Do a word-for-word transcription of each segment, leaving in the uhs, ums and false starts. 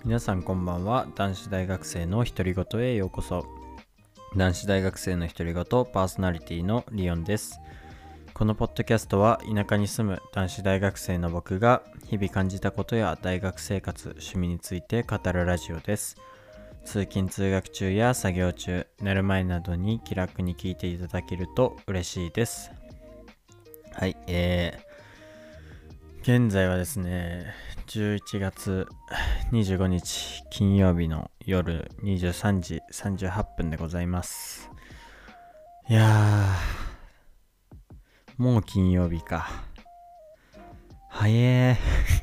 皆さんこんばんは。男子大学生の独り言へようこそ。男子大学生の独り言パーソナリティのリオンです。このポッドキャストは田舎に住む男子大学生の僕が日々感じたことや大学生活、趣味について語るラジオです。通勤通学中や作業中、寝る前などに気楽に聞いていただけると嬉しいです。はい、えー、現在はですね、じゅういちがつにじゅうごにち金曜日の夜にじゅうさんじさんじゅうはっぷんでございます。いやー、もう金曜日か。早え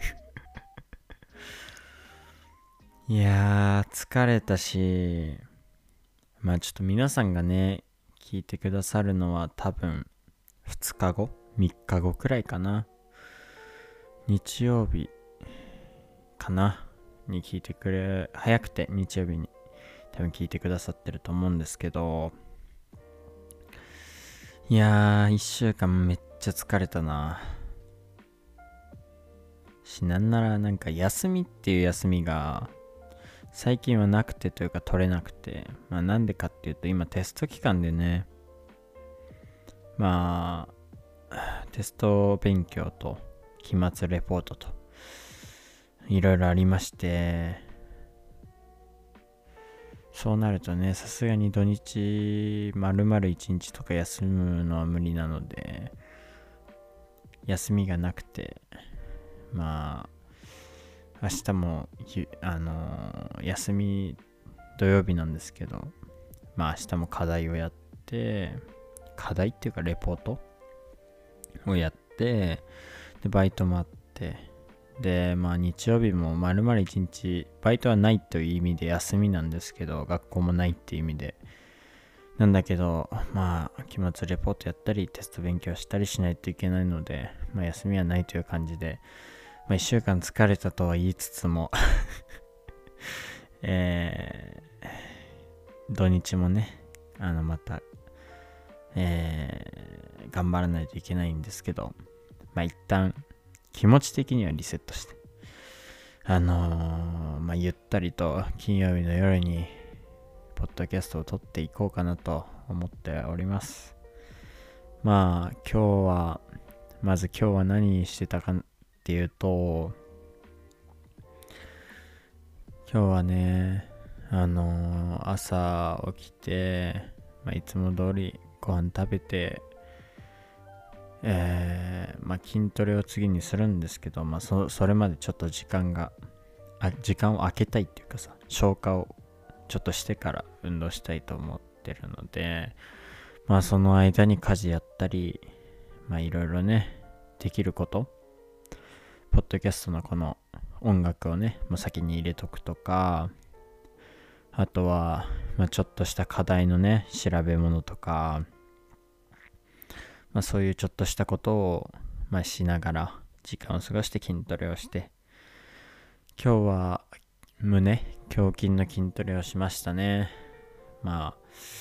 ー。いやー、疲れたし、まあちょっと皆さんがね、聞いてくださるのは多分ふつかご ?みっかごくらいかな。日曜日かなに聞いてくれ、早くて日曜日に多分聞いてくださってると思うんですけど、いやー、いっしゅうかんめっちゃ疲れたな。し、なんならなんか休みっていう休みが最近はなくてというか取れなくて、まあなんでかっていうと今テスト期間でね、まあテスト勉強と期末レポートといろいろありまして、そうなるとね、さすがに土日丸々いちにちとか休むのは無理なので、休みがなくて、まあ明日もあのー、休み土曜日なんですけど、まあ明日も課題をやって、課題っていうかレポートをやって、でバイトもあって、でまあ日曜日も丸々一日バイトはないという意味で休みなんですけど、学校もないっていう意味でなんだけど、まあ期末レポートやったりテスト勉強したりしないといけないので、まあ休みはないという感じで、まあいっしゅうかん疲れたとは言いつつもえー、土日もね、あのまた、えー、頑張らないといけないんですけど、まあ一旦気持ち的にはリセットして、あのー、まあゆったりと金曜日の夜にポッドキャストを撮っていこうかなと思っております。まあ今日はまず今日は何してたかっていうと、今日はね、あのー、朝起きて、まあ、いつも通りご飯食べて、えー、まあ筋トレを次にするんですけど、まあそ、それまでちょっと時間があ、時間を空けたいっていうかさ、消化をちょっとしてから運動したいと思ってるので、まあその間に家事やったり、まあいろいろね、できること、ポッドキャストのこの音楽をね、まあ、先に入れとくとか、あとは、まあ、ちょっとした課題のね、調べ物とか、まあ、そういうちょっとしたことを、まあ、しながら時間を過ごして筋トレをして、今日は胸、胸筋の筋トレをしましたね。まあ、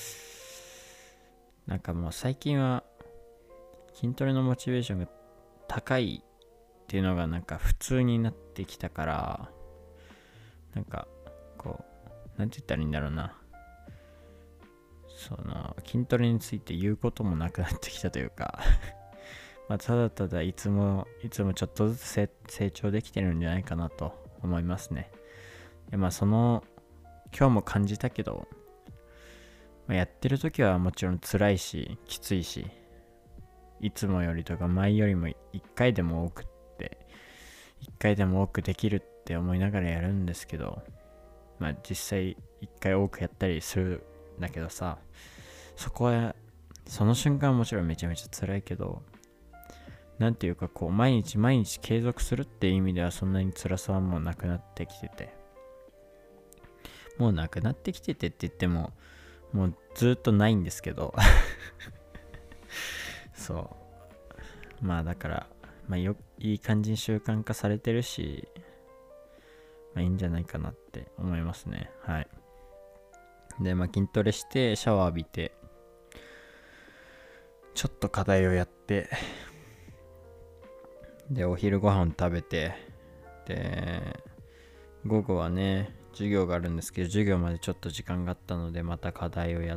なんかもう最近は筋トレのモチベーションが高いっていうのがなんか普通になってきたから、なんかこう、なんて言ったらいいんだろうな。その筋トレについて言うこともなくなってきたというかまあただただいつもいつもちょっとずつ成長できてるんじゃないかなと思いますね。でまあその今日も感じたけど、まあ、やってる時はもちろん辛いしきついし、いつもよりとか前よりもいっかいでも多くっていっかいでも多くできるって思いながらやるんですけど、まあ実際いっかい多くやったりするんだけどさ、そこはその瞬間はもちろんめちゃめちゃ辛いけど、なんていうかこう毎日毎日継続するっていう意味ではそんなに辛さはもうなくなってきてて、もうなくなってきててって言ってももうずっとないんですけどそうまあだからまあよいい感じに習慣化されてるし、まあいいんじゃないかなって思いますね。はい。でまあ筋トレしてシャワー浴びてちょっと課題をやって、でお昼ご飯食べて、で午後はね、授業があるんですけど、授業までちょっと時間があったので、また課題をやって、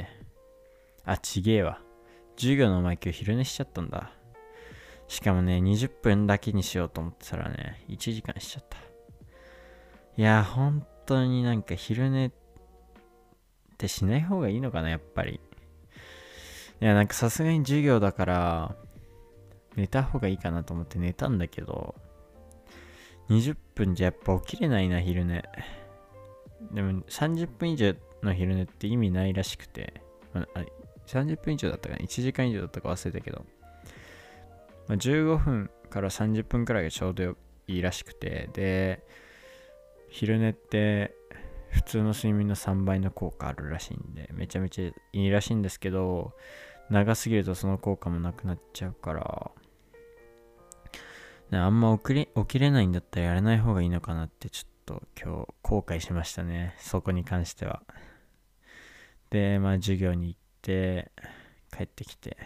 あ、ちげえわ。授業の前今日昼寝しちゃったんだ。しかもね、にじゅっぷんだけにしようと思ってたらね、いちじかんしちゃった。いや、本当になんか昼寝ってしない方がいいのかな、やっぱり。いや、なんかさすがに授業だから、寝た方がいいかなと思って寝たんだけど、にじゅっぷんじゃやっぱ起きれないな、昼寝。でもさんじゅっぷん以上の昼寝って意味ないらしくて、まあ、さんじゅっぷん以上だったかな、いちじかん以上だったか忘れたけど、まあ、じゅうごふんからさんじゅっぷんくらいがちょうどいいらしくて、で、昼寝って普通の睡眠のさんばいの効果あるらしいんで、めちゃめちゃいいらしいんですけど、長すぎるとその効果もなくなっちゃうから、あんま起きれ、起きれないんだったらやらない方がいいのかなってちょっと今日後悔しましたね。そこに関しては。で、まあ授業に行って帰ってきて。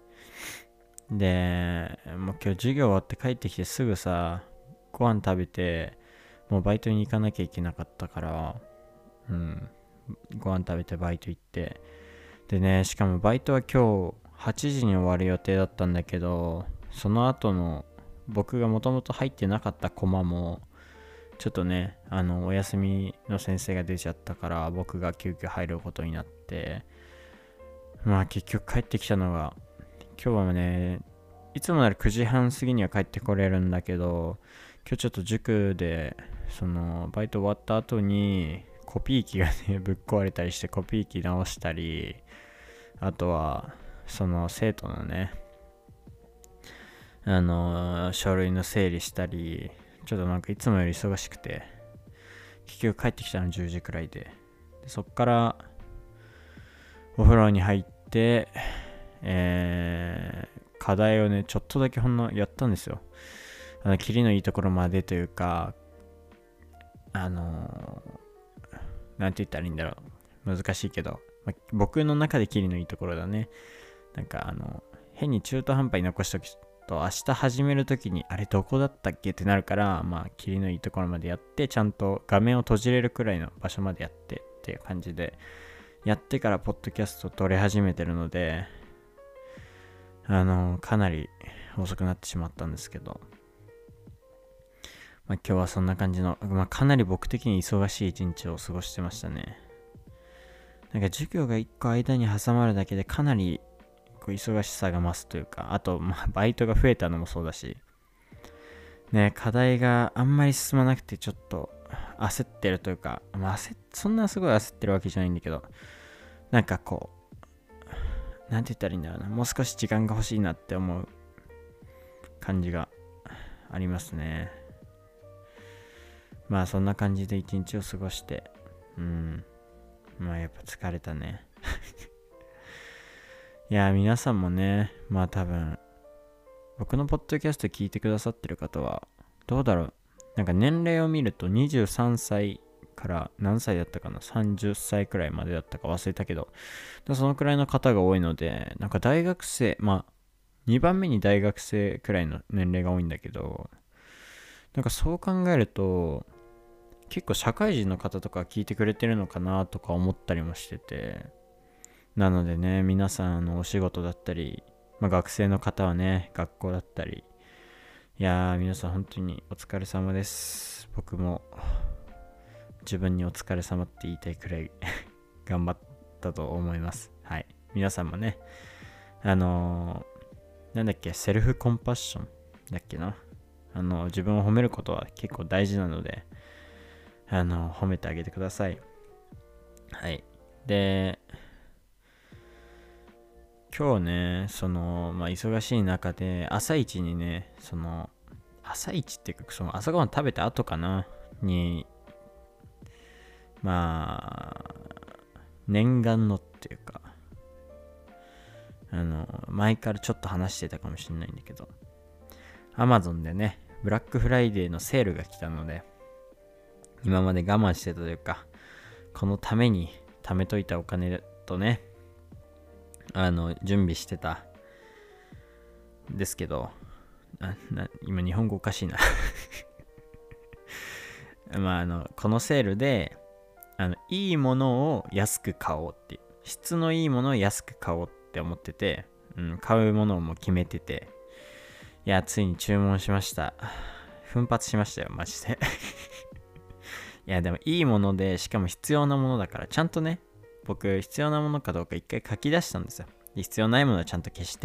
で、もう今日授業終わって帰ってきてすぐさ、ご飯食べて、もうバイトに行かなきゃいけなかったから、うん、ご飯食べてバイト行って。でね、しかもバイトは今日はちじに終わる予定だったんだけど、その後の僕がもともと入ってなかったコマもちょっとね、あのお休みの先生が出ちゃったから僕が急遽入ることになって、まあ結局帰ってきたのが今日はね、いつもならくじはん過ぎには帰ってこれるんだけど、今日ちょっと塾でそのバイト終わった後にコピー機がねぶっ壊れたりして、コピー機直したり、あとはその生徒のね、あのー、書類の整理したり、ちょっとなんかいつもより忙しくて、結局帰ってきたのじゅうじくらいで、でそっからお風呂に入って、えー、課題をね、ちょっとだけほんのやったんですよ。あの、キリのいいところまでというか、あのー、なんて言ったらいいんだろう。難しいけど、まあ、僕の中でキリのいいところだね。なんかあの、変に中途半端に残しときと明日始めるときにあれどこだったっけってなるから、まあ霧のいいところまでやって、ちゃんと画面を閉じれるくらいの場所までやってっていう感じでやってからポッドキャスト撮り始めてるので、あのかなり遅くなってしまったんですけど、まあ、今日はそんな感じの、まあ、かなり僕的に忙しい一日を過ごしてましたね。なんか授業が一個間に挟まるだけでかなり忙しさが増すというか、あと、まあ、バイトが増えたのもそうだし、ね、課題があんまり進まなくてちょっと焦ってるというか、まあ、焦そんなすごい焦ってるわけじゃないんだけど、なんかこう、なんて言ったらいいんだろうな、もう少し時間が欲しいなって思う感じがありますね。まあそんな感じで一日を過ごして、うん、まあやっぱ疲れたね。いや、皆さんもね、まあ多分、僕のポッドキャスト聞いてくださってる方は、どうだろう。なんか年齢を見るとにじゅうさんさいから何歳だったかな ?さんじゅっさいくらいまでだったか忘れたけど、そのくらいの方が多いので、なんか大学生、まあ、にばんめに大学生くらいの年齢が多いんだけど、なんかそう考えると、結構社会人の方とか聞いてくれてるのかなとか思ったりもしてて、なのでね、皆さんのお仕事だったり、まあ、学生の方はね、学校だったり、いやー、皆さん本当にお疲れ様です。僕も自分にお疲れ様って言いたいくらい頑張ったと思います。はい。皆さんもね、あのー、なんだっけ、セルフコンパッションだっけな。あの、自分を褒めることは結構大事なので、あの、褒めてあげてください。はい。で、今日ね、その、まあ、忙しい中で、朝一にね、その、朝一っていうか、その朝ごはん食べた後かな、に、まあ、念願のっていうか、あの、前からちょっと話してたかもしれないんだけど、Amazon でね、ブラックフライデーのセールが来たので、今まで我慢してたというか、このために貯めといたお金とね、あの、準備してたですけど、あな今日本語おかしいなまああのこのセールであのいいものを安く買おうっていう、質のいいものを安く買おうって思ってて、うん、買うものをもう決めてて、いやついに注文しました。奮発しましたよマジでいやでもいいもので、しかも必要なものだから、ちゃんとね、僕必要なものかどうか一回書き出したんですよ。で必要ないものはちゃんと消して、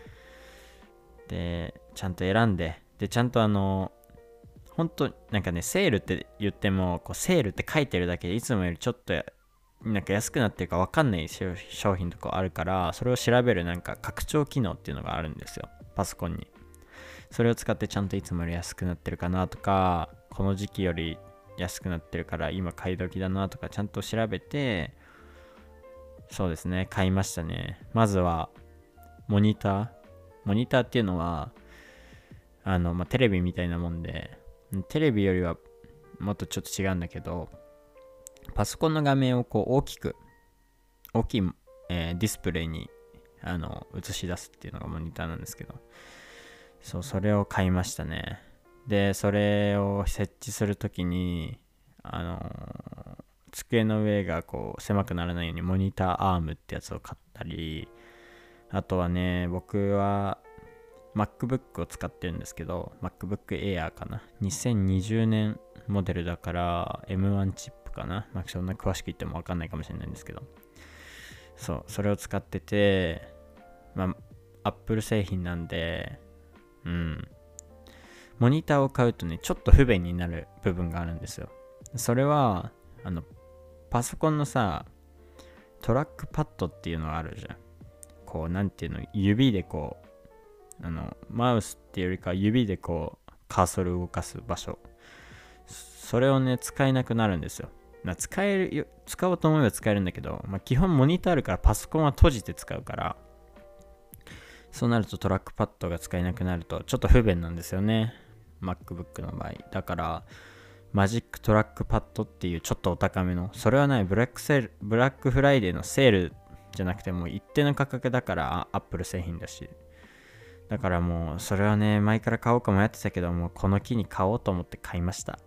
でちゃんと選んで、でちゃんとあの本当なんかね、セールって言ってもこうセールって書いてるだけでいつもよりちょっとなんか安くなってるか分かんない商品とかあるから、それを調べるなんか拡張機能っていうのがあるんですよ、パソコンに。それを使ってちゃんといつもより安くなってるかなとか、この時期より安くなってるから今買い時だなとかちゃんと調べて、そうですね、買いましたね。まずはモニターモニターっていうのはあの、まあ、テレビみたいなもんで、テレビよりはもっとちょっと違うんだけど、パソコンの画面をこう大きく大きい、えーディスプレイにあの映し出すっていうのがモニターなんですけど、そう、それを買いましたね。でそれを設置するときにあのー机の上がこう狭くならないようにモニターアームってやつを買ったり、あとはね、僕は MacBook を使ってるんですけど、 MacBook Air かな、にせんにじゅうねんモデルだから エムワン チップかな、まあ、そんな詳しく言っても分かんないかもしれないんですけど、そうそれを使ってて、まあ Apple 製品なんで、うんモニターを買うとね、ちょっと不便になる部分があるんですよ。それはあのパソコンのさ、トラックパッドっていうのがあるじゃん。こうなんていうの、指でこうあのマウスっていうよりか指でこうカーソル動かす場所、それをね使えなくなるんですよ。な使える使おうと思えば使えるんだけど、まあ、基本モニターあるからパソコンは閉じて使うから、そうなるとトラックパッドが使えなくなるとちょっと不便なんですよね、 MacBook の場合。だからマジックトラックパッドっていうちょっとお高めの、それはねブラックセールブラックフライデーのセールじゃなくてもう一定の価格だから、アップル製品だし、だからもうそれはね前から買おうか迷ってたけど、もうこの機に買おうと思って買いました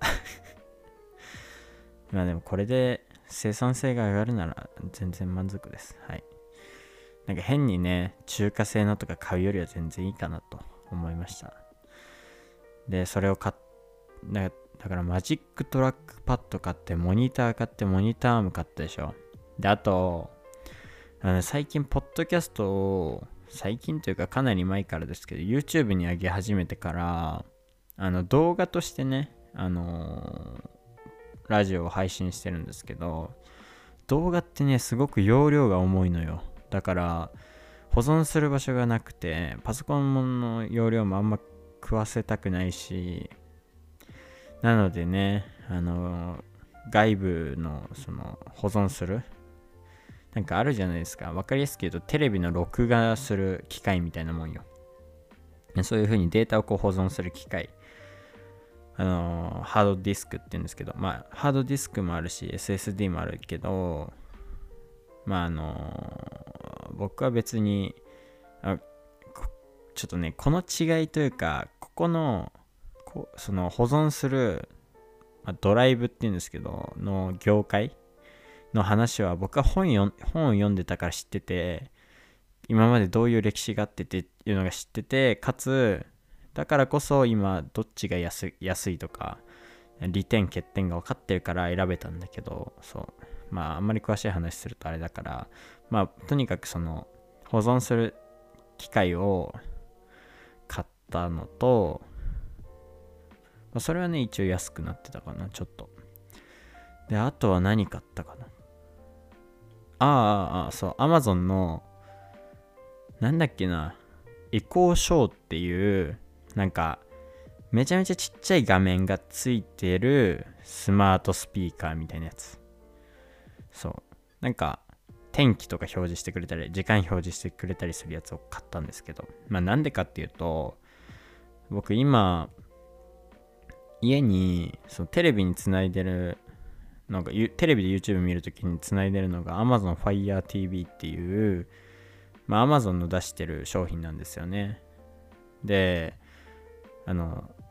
まあでもこれで生産性が上がるなら全然満足です。はい。なんか変にね中華製のとか買うよりは全然いいかなと思いました。でそれを買っだだからマジックトラックパッド買って、モニター買って、モニターアーム買ったでしょ。であとあの最近ポッドキャストを、最近というかかなり前からですけど YouTube に上げ始めてから、あの動画としてね、あのーラジオを配信してるんですけど、動画ってねすごく容量が重いのよ。だから保存する場所がなくて、パソコンの容量もあんま食わせたくないし、なのでね、あの外部のその保存するなんかあるじゃないですか。わかりやすく言うとテレビの録画する機械みたいなもんよ。そういう風にデータをこう保存する機械、あのハードディスクって言うんですけど、まあハードディスクもあるし エスエスディー もあるけど、まああの僕は別にあちょっとねこの違いというか、ここのこその保存する、まあ、ドライブっていうんですけどの業界の話は僕は本よ本を読んでたから知ってて、今までどういう歴史があってっていうのが知ってて、かつだからこそ今どっちが安い、安いとか利点欠点が分かってるから選べたんだけど、そうまああんまり詳しい話するとあれだから、まあとにかくその保存する機械を買ったのと、それはね一応安くなってたかなちょっと。であとは何買ったかな、ああああそう Amazon のなんだっけな、エコーショーっていうなんかめちゃめちゃちっちゃい画面がついてるスマートスピーカーみたいなやつ。そうなんか天気とか表示してくれたり時間表示してくれたりするやつを買ったんですけど、まあなんでかっていうと、僕今家にそのテレビにつないでるのが、テレビで YouTube 見るときにつないでるのが Amazon Fire ティーブイ っていう、まあ Amazon の出してる商品なんですよね。であの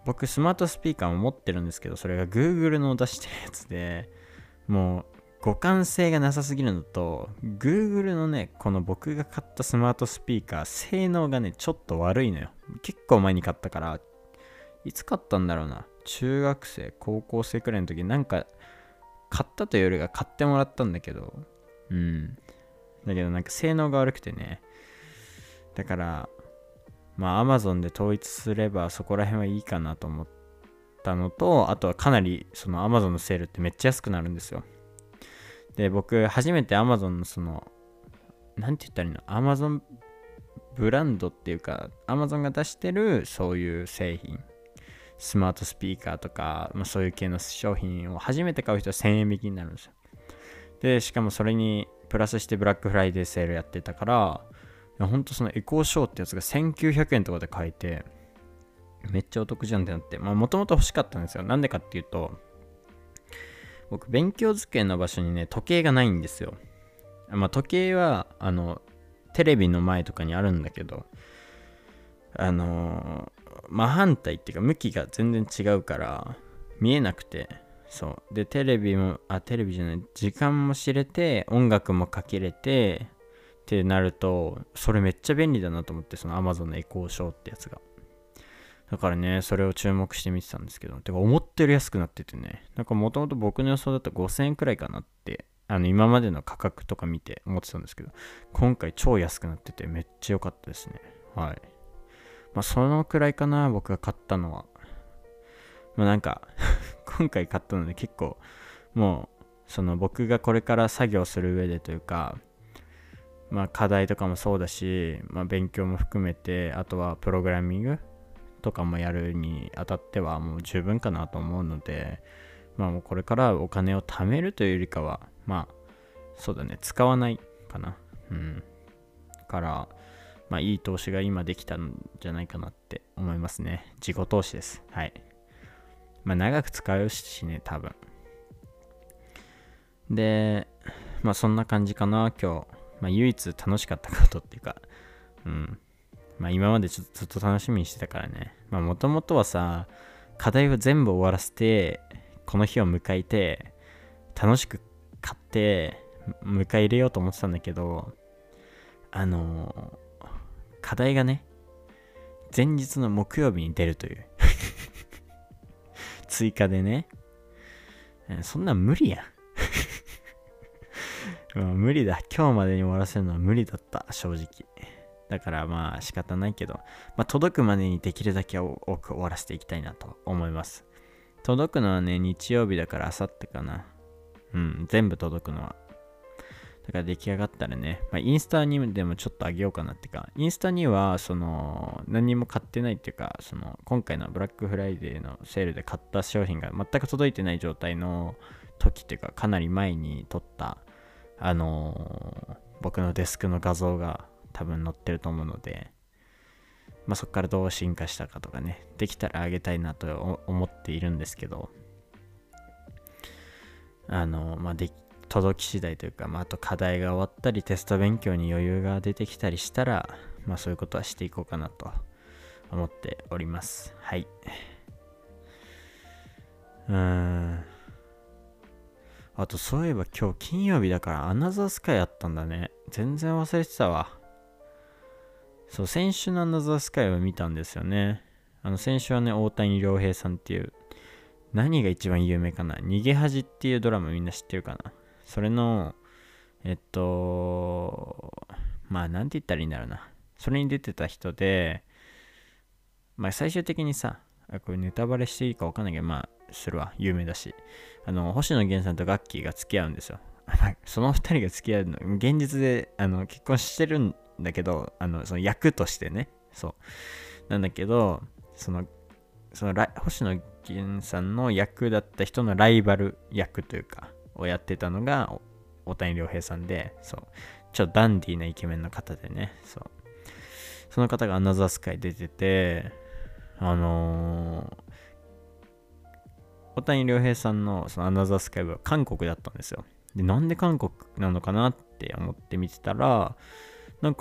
僕スマートスピーカーも持ってるんですけど、それが Google の出してるやつで、もう互換性がなさすぎるのと、 Google のね、この僕が買ったスマートスピーカー、性能がねちょっと悪いのよ。結構前に買ったから、いつ買ったんだろうな、中学生高校生くらいの時、なんか買ったというよりが買ってもらったんだけど、うんだけどなんか性能が悪くてね、だからまあ Amazon で統一すればそこら辺はいいかなと思ったのと、あとはかなりその Amazon のセールってめっちゃ安くなるんですよ。で、僕初めて Amazon のそのなんて言ったらいいの、 Amazon ブランドっていうか Amazon が出してるそういう製品、スマートスピーカーとか、まあ、そういう系の商品を初めて買う人はせんえん引きになるんですよ。でしかもそれにプラスしてブラックフライデーセールやってたから、いやほんとそのエコーショーってやつがせんきゅうひゃくえんとかで買えて、めっちゃお得じゃんってなって、まあもともと欲しかったんですよ。なんでかっていうと、僕勉強机の場所にね時計がないんですよ。まあ時計はあのテレビの前とかにあるんだけど、あのー、真反対っていうか向きが全然違うから見えなくて、そうでテレビもあテレビじゃない時間も知れて音楽もかけれてってなると、それめっちゃ便利だなと思って、その Amazon のエコーショーってやつが。だからね、それを注目して見てたんですけど、てか思ってる安くなっててね、なんかもともと僕の予想だったらごせんえんくらいかなって、あの今までの価格とか見て思ってたんですけど、今回超安くなっててめっちゃ良かったですね。はい。まあそのくらいかな、僕が買ったのは。まあなんか今回買ったので結構もうその僕がこれから作業する上でというか、まあ課題とかもそうだし、まあ勉強も含めて、あとはプログラミングとかもやるにあたってはもう十分かなと思うので、まあもうこれからお金を貯めるというよりかは、まあそうだね、使わないかな。うん。から、まあいい投資が今できたんじゃないかなって思いますね。自己投資です。はい。まあ長く使うしね、多分。で、まあそんな感じかな、今日。まあ唯一楽しかったことっていうか、うん。まあ今までちょっとずっと楽しみにしてたからね。まあもともとはさ、課題を全部終わらせて、この日を迎えて、楽しく買って、迎え入れようと思ってたんだけど、あのー、課題がね、前日の木曜日に出るという。追加でね。そんなん無理やん。無理だ。今日までに終わらせるのは無理だった、正直。だからまあ仕方ないけど、まあ届くまでにできるだけ多く終わらせていきたいなと思います。届くのはね、日曜日だから明後日かな。うん、全部届くのは。だから出来上がったらね、まあ、インスタにでもちょっとあげようかなってか、インスタには、その、何も買ってないっていうか、その、今回のブラックフライデーのセールで買った商品が全く届いてない状態の時っていうか、かなり前に撮った、あのー、僕のデスクの画像が多分載ってると思うので、まあ、そこからどう進化したかとかね、できたらあげたいなと思っているんですけど、あの、まあ、でき、届き次第というか、まあ、あと課題が終わったりテスト勉強に余裕が出てきたりしたら、まあそういうことはしていこうかなと思っております。はい。うーん。あとそういえば今日金曜日だからアナザースカイあったんだね。全然忘れてたわ。そう、先週のアナザースカイを見たんですよね。あの先週はね、大谷亮平さんっていう、何が一番有名かな、逃げ恥っていうドラマみんな知ってるかな。それの、えっと、まあ、なんて言ったらいいんだろうな。それに出てた人で、まあ、最終的にさ、これネタバレしていいか分かんないけど、まあ、するわ。有名だし。あの、星野源さんとガッキーが付き合うんですよ。その二人が付き合うの、現実で、あの、結婚してるんだけど、あの、その役としてね。そう。なんだけど、その、その星野源さんの役だった人のライバル役というか、をやってたのが大谷亮平さんで、そう、ちょっとダンディーなイケメンの方でね、そう、その方がアナザースカイ出てて、あのー、大谷亮平さんのそのアナザースカイは韓国だったんですよ。で、なんで韓国なのかなって思って見てたら、なんか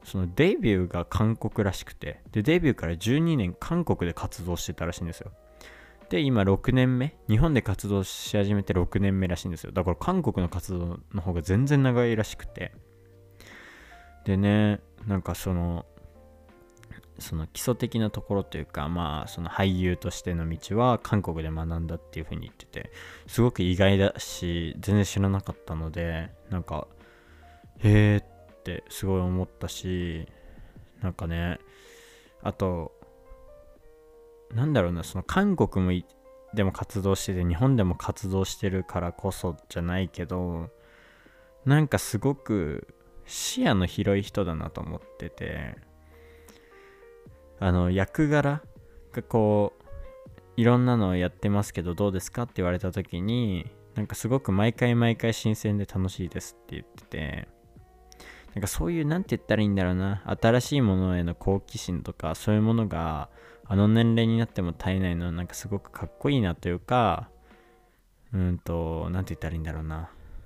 そのデビューが韓国らしくて、でデビューからじゅうにねん韓国で活動してたらしいんですよ。で今ろくねんめ、日本で活動し始めてろくねんめらしいんですよ。だから韓国の活動の方が全然長いらしくて、でね、なんかそのその基礎的なところというか、まあその俳優としての道は韓国で学んだっていう風に言ってて、すごく意外だし全然知らなかったので、なんかへーってすごい思ったし、なんかね、あとなんだろうな、その韓国もでも活動してて日本でも活動してるからこそじゃないけど、なんかすごく視野の広い人だなと思ってて、あの役柄がこういろんなのをやってますけどどうですかって言われた時に、なんかすごく毎回毎回新鮮で楽しいですって言ってて、なんかそういう、なんて言ったらいいんだろうな、新しいものへの好奇心とかそういうものがあの年齢になっても絶えないのはなんかすごくかっこいいなというか、うんとなんて言ったらいいんだろうな、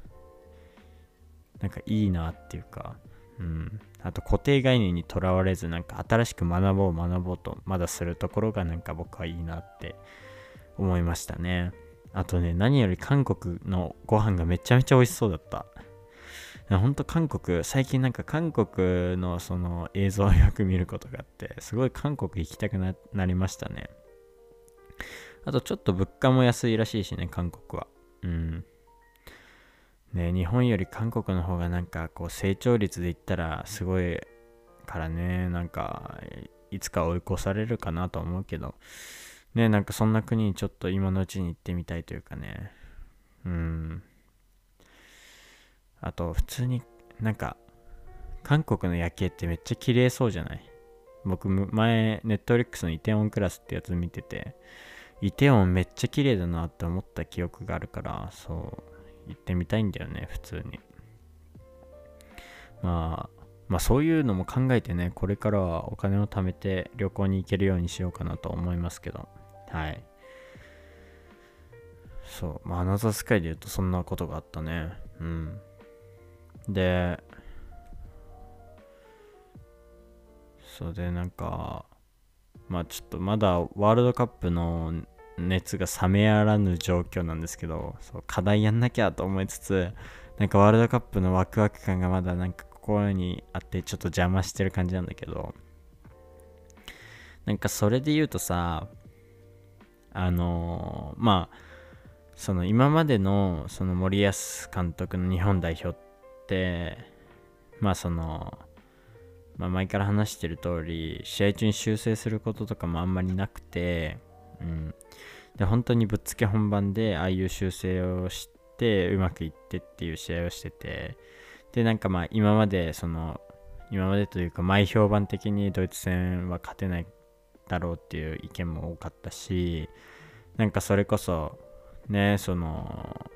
なんかいいなっていうか、うん、あと固定概念にとらわれず、なんか新しく学ぼう学ぼうとまだするところがなんか僕はいいなって思いましたね。あとね、何より韓国のご飯がめちゃめちゃ美味しそうだった。ほんと韓国、最近なんか韓国のその映像をよく見ることがあって、すごい韓国行きたく な, なりましたね。あとちょっと物価も安いらしいしね、韓国は。うん。ね、日本より韓国の方がなんかこう成長率で言ったらすごいからね、なんかいつか追い越されるかなと思うけど、ね、なんかそんな国にちょっと今のうちに行ってみたいというかね。うん。あと普通になんか韓国の夜景ってめっちゃ綺麗そうじゃない？僕前ネットフリックスのイテウォンクラスってやつ見てて、イテウォンめっちゃ綺麗だなって思った記憶があるから、そう行ってみたいんだよね、普通に。まあまあそういうのも考えてね、これからはお金を貯めて旅行に行けるようにしようかなと思いますけど、はい。そう、まあアナザースカイで言うとそんなことがあったね。うん。で、そうでなんか、まあちょっとまだワールドカップの熱が冷めやらぬ状況なんですけど、そう課題やんなきゃと思いつつ、なんかワールドカップのワクワク感がまだなんか心にあってちょっと邪魔してる感じなんだけど、なんかそれで言うとさ、あのー、まあその今までのその森保監督の日本代表って、まあそのまあ前から話してる通り試合中に修正することとかもあんまりなくて、うん、で本当にぶっつけ本番でああいう修正をしてうまくいってっていう試合をしてて、でなんかまあ今までその今までというか前評判的にドイツ戦は勝てないだろうっていう意見も多かったし、なんかそれこそね、その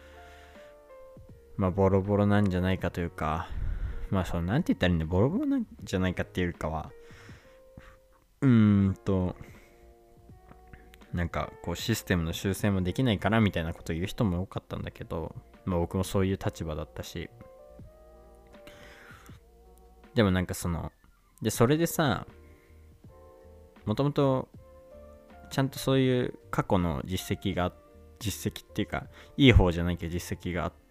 まあボロボロなんじゃないかというか、まあそのなんて言ったらいいんだ、ボロボロなんじゃないかっていうかは、うーんとなんかこうシステムの修正もできないからみたいなことを言う人も多かったんだけど、まあ僕もそういう立場だったし、でもなんかそのでそれでさ、もともとちゃんとそういう過去の実績が実績っていうかいい方じゃないけど実績があって、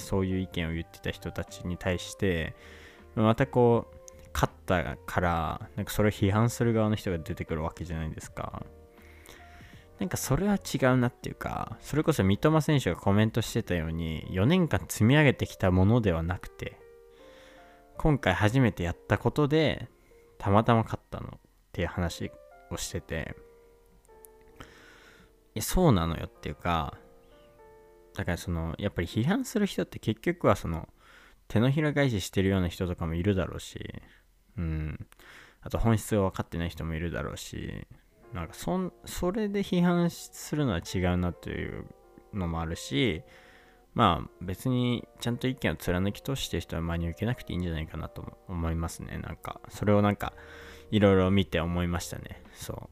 そういう意見を言ってた人たちに対してまたこう勝ったからなんかそれを批判する側の人が出てくるわけじゃないですか。なんかそれは違うなっていうか、それこそ三笘選手がコメントしてたようによねんかん積み上げてきたものではなくて、今回初めてやったことでたまたま勝ったのっていう話をしてて、いやそうなのよっていうか、だからそのやっぱり批判する人って結局はその手のひら返ししてるような人とかもいるだろうし、うん、あと本質が分かってない人もいるだろうし、なんかそんそれで批判するのは違うなというのもあるし、まあ別にちゃんと意見を貫き通してる人は真に受けなくていいんじゃないかなと思いますね。なんかそれをなんかいろいろ見て思いましたね。そう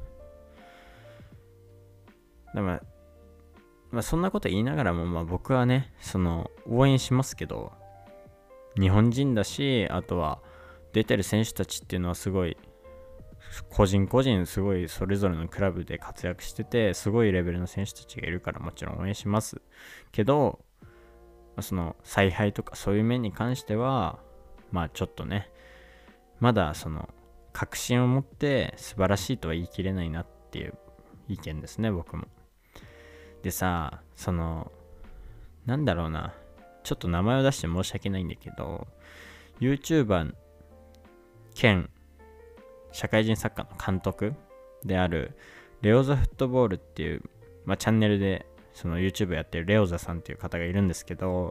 だからまあそんなこと言いながらも、まあ僕はねその応援しますけど、日本人だし、あとは出てる選手たちっていうのはすごい個人個人すごいそれぞれのクラブで活躍しててすごいレベルの選手たちがいるからもちろん応援しますけど、その采配とかそういう面に関してはまあちょっとねまだその確信を持って素晴らしいとは言い切れないなっていう意見ですね、僕も。でさ、そのなんだろうな、ちょっと名前を出して申し訳ないんだけど YouTuber 兼社会人サッカーの監督であるレオザフットボールっていう、まあ、チャンネルでその YouTube やってるレオザさんっていう方がいるんですけど、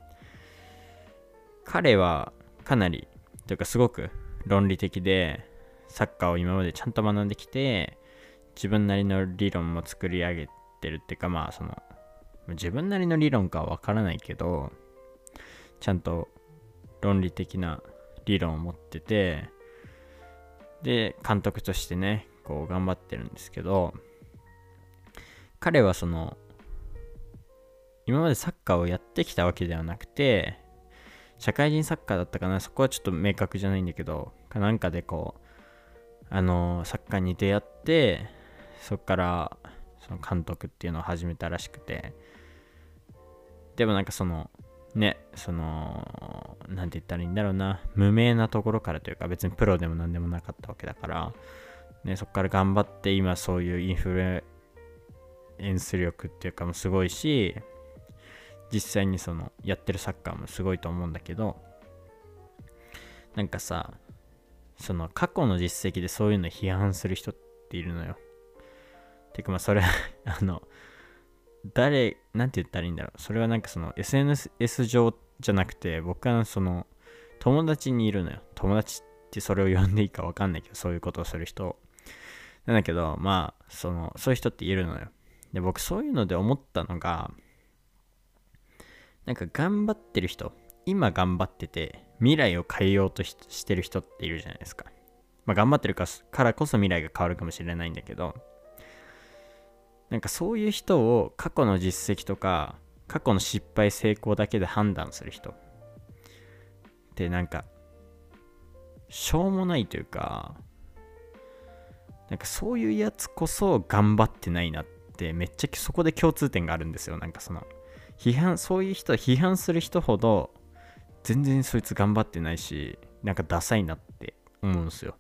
彼はかなりというかすごく論理的でサッカーを今までちゃんと学んできて自分なりの理論も作り上げてるっていうか、まあその自分なりの理論かはわからないけどちゃんと論理的な理論を持ってて、で監督としてねこう頑張ってるんですけど、彼はその今までサッカーをやってきたわけではなくて社会人サッカーだったかな、そこはちょっと明確じゃないんだけど、かなんかでこうあのサッカーに出会ってそこからその監督っていうのを始めたらしくて、でもなんかそのねそのなんて言ったらいいんだろうな、無名なところからというか別にプロでもなんでもなかったわけだからね、そこから頑張って今そういうインフルエンス力っていうかもすごいし、実際にそのやってるサッカーもすごいと思うんだけど、なんかさその過去の実績でそういうの批判する人っているのよ。てかまあそれあの誰なんて言ったらいいんだろう、それはなんかその エスエヌエス 上じゃなくて僕はその友達にいるのよ。友達ってそれを呼んでいいか分かんないけどそういうことをする人なんだけど、まあそのそういう人っているのよ。で僕そういうので思ったのが、なんか頑張ってる人、今頑張ってて未来を変えようと し, してる人っているじゃないですか。まあ頑張ってるからこそ未来が変わるかもしれないんだけど、なんかそういう人を過去の実績とか過去の失敗成功だけで判断する人ってなんかしょうもないというか、なんかそういうやつこそ頑張ってないなってめっちゃそこで共通点があるんですよ。なんかその批判そういう人批判する人ほど全然そいつ頑張ってないしなんかダサいなって思うんですよ。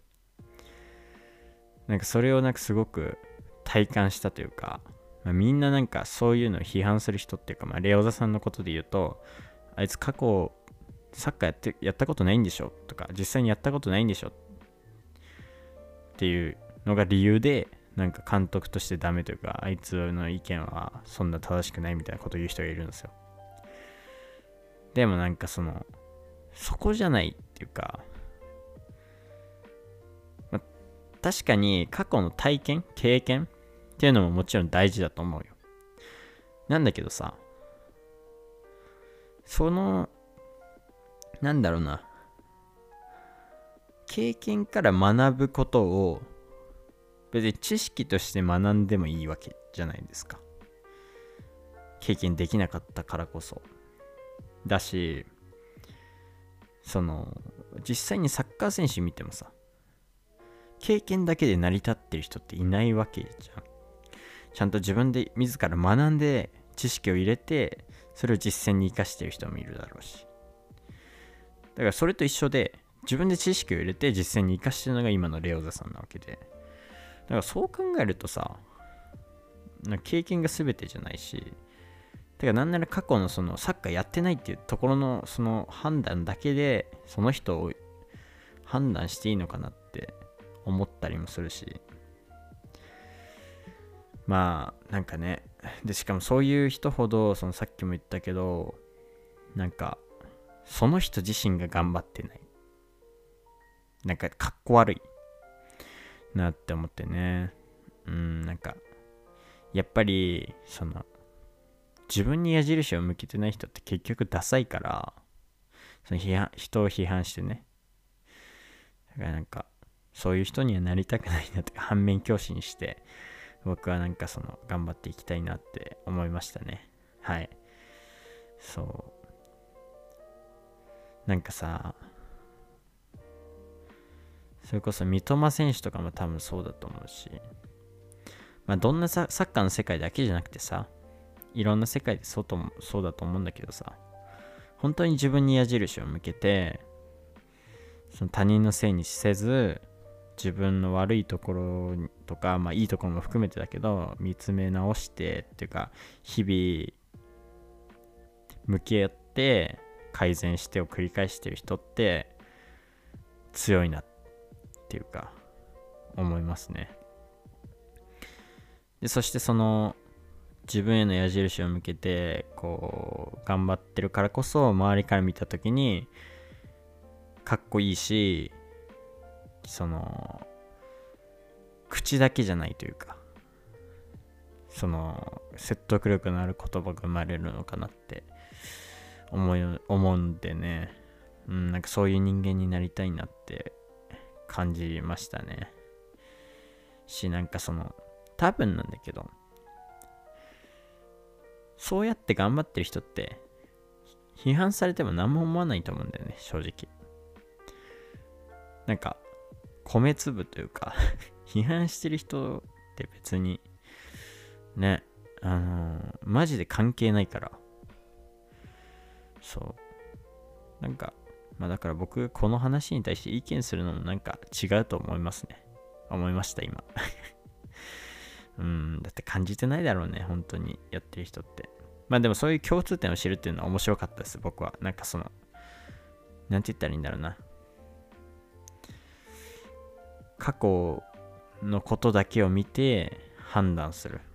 なんかそれをなんかすごく体感したというか、まあ、みんななんかそういうのを批判する人っていうか、まあ、レオザさんのことで言うと、あいつ過去サッカーやってやったことないんでしょとか実際にやったことないんでしょっていうのが理由でなんか監督としてダメというか、あいつの意見はそんな正しくないみたいなことを言う人がいるんですよ。でもなんかそのそこじゃないっていうか、まあ、確かに過去の体験経験っていうのももちろん大事だと思うよ。なんだけどさ、そのなんだろうな、経験から学ぶことを別に知識として学んでもいいわけじゃないですか。経験できなかったからこそだし、その実際にサッカー選手見てもさ、経験だけで成り立ってる人っていないわけじゃん。ちゃんと自分で自ら学んで知識を入れてそれを実践に生かしてる人もいるだろうし、だからそれと一緒で自分で知識を入れて実践に生かしてるのが今のレオザさんなわけで、だからそう考えるとさ、経験が全てじゃないし、てかなんなら過去のそのサッカーやってないっていうところのその判断だけでその人を判断していいのかなって思ったりもするし、まあなんかね、でしかもそういう人ほどそのさっきも言ったけどなんかその人自身が頑張ってない、なんかかっこ悪いなって思ってね。うん、なんかやっぱりその自分に矢印を向けてない人って結局ダサいから、その批判人を批判してね、だからなんかそういう人にはなりたくないなとか反面教師にして僕はなんかその頑張っていきたいなって思いましたね。はい。そうなんかさ、 それこそ三笘選手とかも多分そうだと思うし、まあどんなサッカーの世界だけじゃなくてさ、いろんな世界でそうともそうだと思うんだけどさ、本当に自分に矢印を向けて、その他人のせいにせず、自分の悪いところとか、まあいいところも含めてだけど、見つめ直してっていうか、日々向き合って改善してを繰り返してる人って強いなっていうか思いますね。で、そしてその自分への矢印を向けてこう頑張ってるからこそ、周りから見た時にかっこいいし、その口だけじゃないというか、その説得力のある言葉が生まれるのかなって思い思うんでね、うん、なんかそういう人間になりたいなって感じましたね。し、なんかその多分なんだけど、そうやって頑張ってる人って批判されても何も思わないと思うんだよね、正直。なんか米粒というか批判してる人って別にね、あのー、マジで関係ないから。そうなんかまあだから僕この話に対して意見するのもなんか違うと思いますね。思いました今うんだって感じてないだろうね、本当にやってる人って。まあでもそういう共通点を知るっていうのは面白かったです、僕は。なんかそのなんて言ったらいいんだろうな、過去のことだけを見て判断する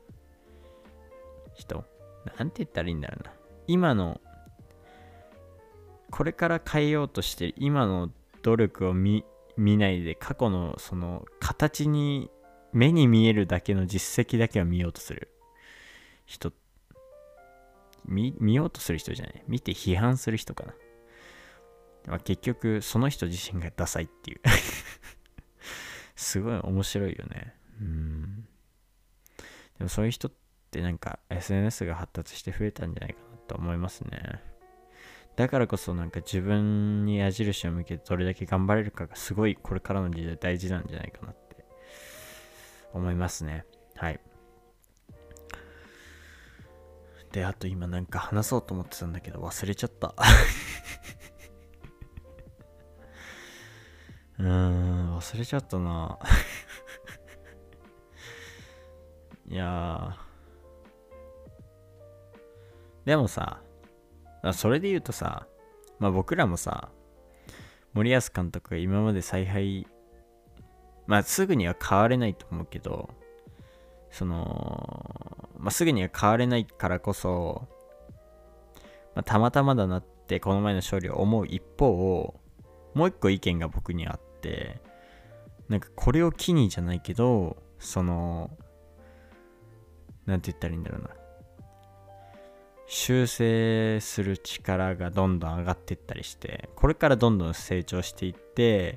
人、なんて言ったらいいんだろうな、今のこれから変えようとしてる今の努力を 見, 見ないで、過去のその形に目に見えるだけの実績だけを見ようとする人、 見, 見ようとする人じゃない、見て批判する人かな。まあ、結局その人自身がダサいっていうすごい面白いよね。うん。でもそういう人ってなんか エスエヌエス が発達して増えたんじゃないかなと思いますね。だからこそなんか自分に矢印を向けてどれだけ頑張れるかがすごいこれからの時代大事なんじゃないかなって思いますね。はい。で、あと今なんか話そうと思ってたんだけど忘れちゃったうーん、忘れちゃったないやーでもさ、それで言うとさ、まあ僕らもさ、森保監督が今まで采配、まあすぐには変われないと思うけど、その、まあすぐには変われないからこそ、まあ、たまたまだなってこの前の勝利を思う一方、もう一個意見が僕にあって、なんかこれを機にじゃないけど、その、なんて言ったらいいんだろうな、修正する力がどんどん上がっていったりして、これからどんどん成長していって、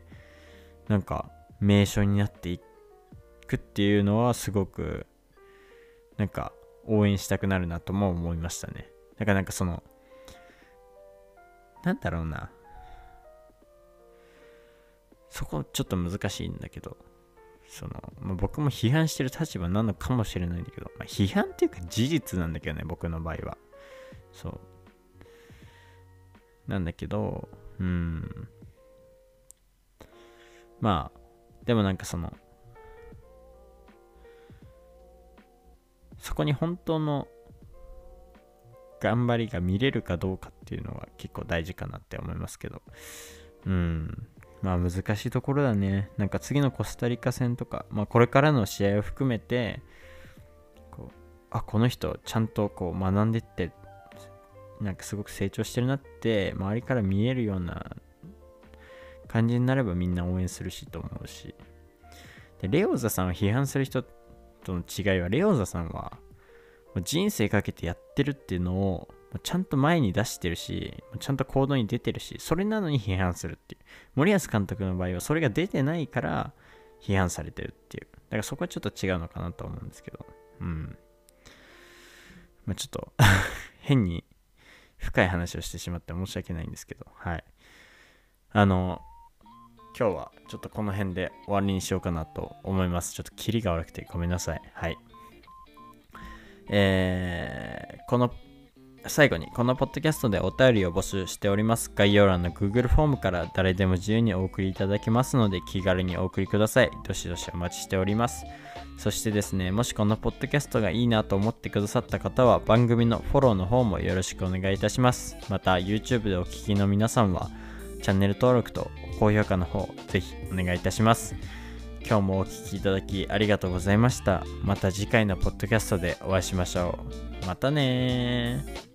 なんか名将になっていくっていうのはすごくなんか応援したくなるなとも思いましたね。だからなんかそのなんだろうな、そこちょっと難しいんだけど、その、まあ、僕も批判してる立場なのかもしれないんだけど、まあ、批判っていうか事実なんだけどね、僕の場合は。そうなんだけど、うーんまあでもなんかそのそこに本当の頑張りが見れるかどうかっていうのは結構大事かなって思いますけど、うんまあ難しいところだね。なんか次のコスタリカ戦とか、まあこれからの試合を含めてこう、あ、この人ちゃんとこう学んでってなんかすごく成長してるなって周りから見えるような感じになればみんな応援するしと思うし、でレオザさんを批判する人との違いは、レオザさんはもう人生かけてやってるっていうのをちゃんと前に出してるし、ちゃんと行動に出てるし、それなのに批判するっていう。森保監督の場合はそれが出てないから批判されてるっていう。だからそこはちょっと違うのかなと思うんですけど、うんまあちょっと変に深い話をしてしまって申し訳ないんですけど、はい。あの今日はちょっとこの辺で終わりにしようかなと思います。ちょっとキリが悪くてごめんなさい。はい。えー、この最後にこのポッドキャストでお便りを募集しております。概要欄の Google フォームから誰でも自由にお送りいただけますので気軽にお送りください。どしどしお待ちしております。そしてですね、もしこのポッドキャストがいいなと思ってくださった方は番組のフォローの方もよろしくお願いいたします。また YouTube でお聞きの皆さんはチャンネル登録と高評価の方ぜひお願いいたします。今日もお聞きいただきありがとうございました。また次回のポッドキャストでお会いしましょう。またねー。